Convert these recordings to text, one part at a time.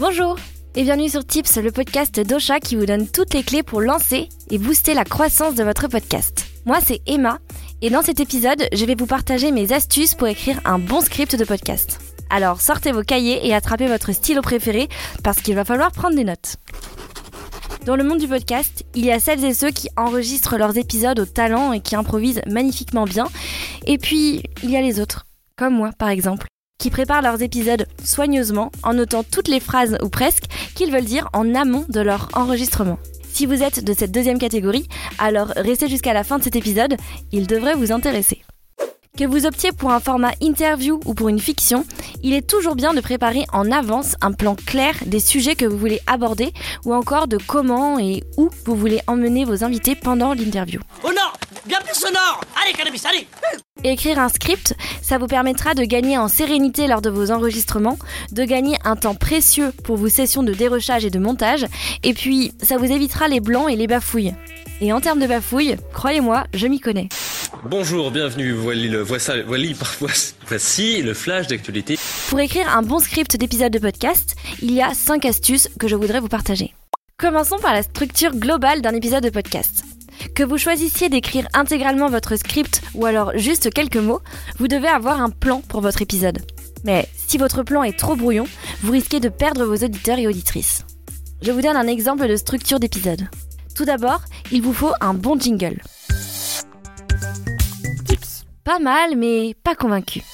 Bonjour et bienvenue sur Tips, le podcast d'Ocha qui vous donne toutes les clés pour lancer et booster la croissance de votre podcast. Moi, c'est Emma et dans cet épisode, je vais vous partager mes astuces pour écrire un bon script de podcast. Alors, sortez vos cahiers et attrapez votre stylo préféré parce qu'il va falloir prendre des notes. Dans le monde du podcast, il y a celles et ceux qui enregistrent leurs épisodes au talent et qui improvisent magnifiquement bien. Et puis, il y a les autres, comme moi par exemple, qui préparent leurs épisodes soigneusement en notant toutes les phrases ou presque qu'ils veulent dire en amont de leur enregistrement. Si vous êtes de cette deuxième catégorie, alors restez jusqu'à la fin de cet épisode, il devrait vous intéresser. Que vous optiez pour un format interview ou pour une fiction, il est toujours bien de préparer en avance un plan clair des sujets que vous voulez aborder ou encore de comment et où vous voulez emmener vos invités pendant l'interview. Au nord, bien plus au nord. Allez, cannabis, allez. Écrire un script, ça vous permettra de gagner en sérénité lors de vos enregistrements, de gagner un temps précieux pour vos sessions de dérochage et de montage, et puis ça vous évitera les blancs et les bafouilles. Et en termes de bafouilles, croyez-moi, je m'y connais. Bonjour, bienvenue, voici le flash d'actualité. Pour écrire un bon script d'épisode de podcast, il y a 5 astuces que je voudrais vous partager. Commençons par la structure globale d'un épisode de podcast. Que vous choisissiez d'écrire intégralement votre script ou alors juste quelques mots, vous devez avoir un plan pour votre épisode. Mais si votre plan est trop brouillon, vous risquez de perdre vos auditeurs et auditrices. Je vous donne un exemple de structure d'épisode. Tout d'abord, il vous faut un bon jingle. Tips. Pas mal, mais pas convaincu.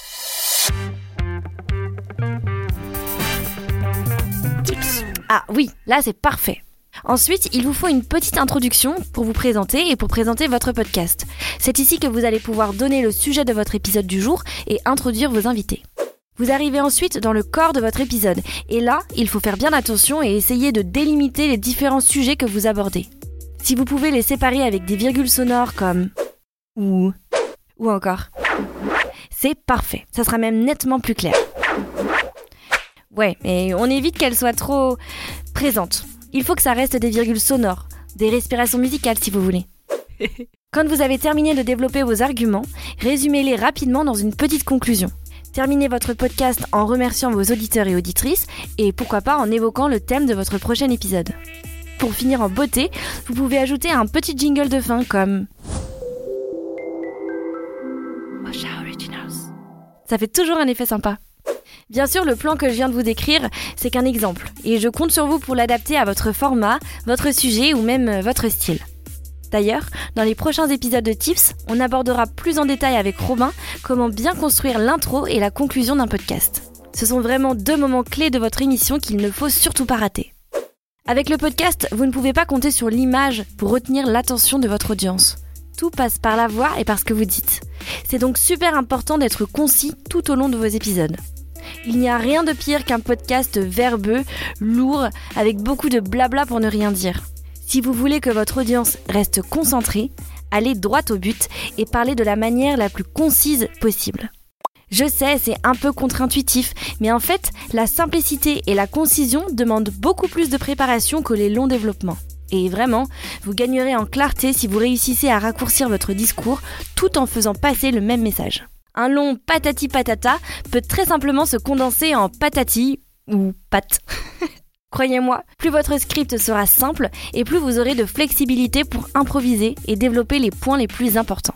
Tips. Ah oui, là c'est parfait. Ensuite, il vous faut une petite introduction pour vous présenter et pour présenter votre podcast. C'est ici que vous allez pouvoir donner le sujet de votre épisode du jour et introduire vos invités. Vous arrivez ensuite dans le corps de votre épisode. Et là, il faut faire bien attention et essayer de délimiter les différents sujets que vous abordez. Si vous pouvez les séparer avec des virgules sonores comme « ou » ou encore « c'est parfait ». Ça sera même nettement plus clair. Ouais, mais on évite qu'elles soient trop présentes. Il faut que ça reste des virgules sonores, des respirations musicales si vous voulez. Quand vous avez terminé de développer vos arguments, résumez-les rapidement dans une petite conclusion. Terminez votre podcast en remerciant vos auditeurs et auditrices et pourquoi pas en évoquant le thème de votre prochain épisode. Pour finir en beauté, vous pouvez ajouter un petit jingle de fin comme Ocha Originals. Ça fait toujours un effet sympa. Bien sûr, le plan que je viens de vous décrire, c'est qu'un exemple, et je compte sur vous pour l'adapter à votre format, votre sujet ou même votre style. D'ailleurs, dans les prochains épisodes de Tips, on abordera plus en détail avec Robin comment bien construire l'intro et la conclusion d'un podcast. Ce sont vraiment 2 moments clés de votre émission qu'il ne faut surtout pas rater. Avec le podcast, vous ne pouvez pas compter sur l'image pour retenir l'attention de votre audience. Tout passe par la voix et par ce que vous dites. C'est donc super important d'être concis tout au long de vos épisodes. Il n'y a rien de pire qu'un podcast verbeux, lourd, avec beaucoup de blabla pour ne rien dire. Si vous voulez que votre audience reste concentrée, allez droit au but et parlez de la manière la plus concise possible. Je sais, c'est un peu contre-intuitif, mais en fait, la simplicité et la concision demandent beaucoup plus de préparation que les longs développements. Et vraiment, vous gagnerez en clarté si vous réussissez à raccourcir votre discours tout en faisant passer le même message. Un long patati patata peut très simplement se condenser en patati ou pat. Croyez-moi, plus votre script sera simple et plus vous aurez de flexibilité pour improviser et développer les points les plus importants.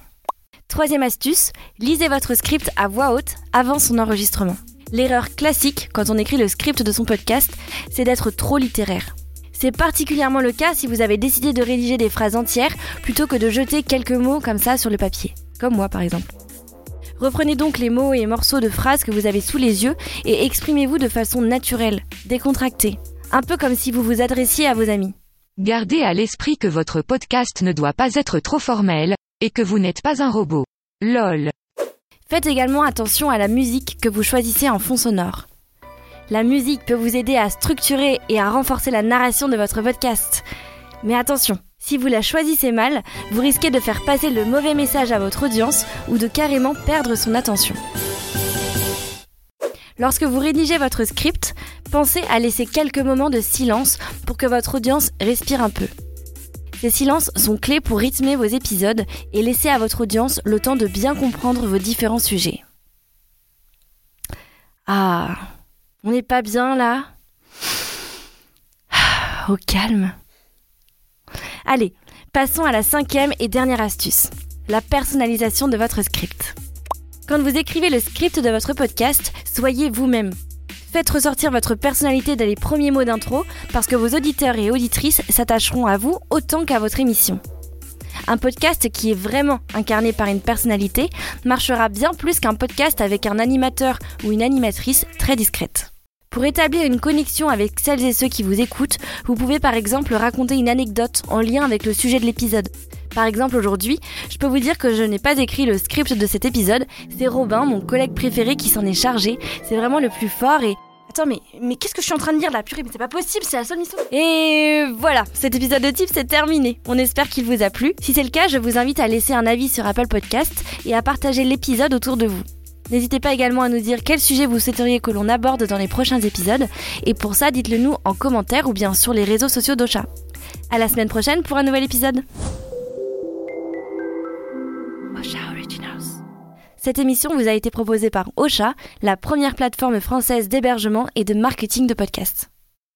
3e astuce, lisez votre script à voix haute avant son enregistrement. L'erreur classique quand on écrit le script de son podcast, c'est d'être trop littéraire. C'est particulièrement le cas si vous avez décidé de rédiger des phrases entières plutôt que de jeter quelques mots comme ça sur le papier, comme moi par exemple. Reprenez donc les mots et morceaux de phrases que vous avez sous les yeux et exprimez-vous de façon naturelle, décontractée, un peu comme si vous vous adressiez à vos amis. Gardez à l'esprit que votre podcast ne doit pas être trop formel, et que vous n'êtes pas un robot. LOL. Faites également attention à la musique que vous choisissez en fond sonore. La musique peut vous aider à structurer et à renforcer la narration de votre podcast. Mais attention, si vous la choisissez mal, vous risquez de faire passer le mauvais message à votre audience ou de carrément perdre son attention. Lorsque vous rédigez votre script, pensez à laisser quelques moments de silence pour que votre audience respire un peu. Ces silences sont clés pour rythmer vos épisodes et laisser à votre audience le temps de bien comprendre vos différents sujets. Ah, on n'est pas bien là ? Au calme. Allez, passons à la 5e et dernière astuce, la personnalisation de votre script. Quand vous écrivez le script de votre podcast, soyez vous-même. Faites ressortir votre personnalité dès les premiers mots d'intro parce que vos auditeurs et auditrices s'attacheront à vous autant qu'à votre émission. Un podcast qui est vraiment incarné par une personnalité marchera bien plus qu'un podcast avec un animateur ou une animatrice très discrète. Pour établir une connexion avec celles et ceux qui vous écoutent, vous pouvez par exemple raconter une anecdote en lien avec le sujet de l'épisode. Par exemple aujourd'hui, je peux vous dire que je n'ai pas écrit le script de cet épisode, c'est Robin, mon collègue préféré qui s'en est chargé, c'est vraiment le plus fort et... Attends, mais qu'est-ce que je suis en train de dire là, purée, mais c'est pas possible, c'est la seule mission. Et voilà, cet épisode de Tips est terminé. On espère qu'il vous a plu. Si c'est le cas, je vous invite à laisser un avis sur Apple Podcast et à partager l'épisode autour de vous. N'hésitez pas également à nous dire quel sujet vous souhaiteriez que l'on aborde dans les prochains épisodes. Et pour ça, dites-le nous en commentaire ou bien sur les réseaux sociaux d'Ocha. À la semaine prochaine pour un nouvel épisode. Ocha Originals. Cette émission vous a été proposée par Ocha, la première plateforme française d'hébergement et de marketing de podcasts.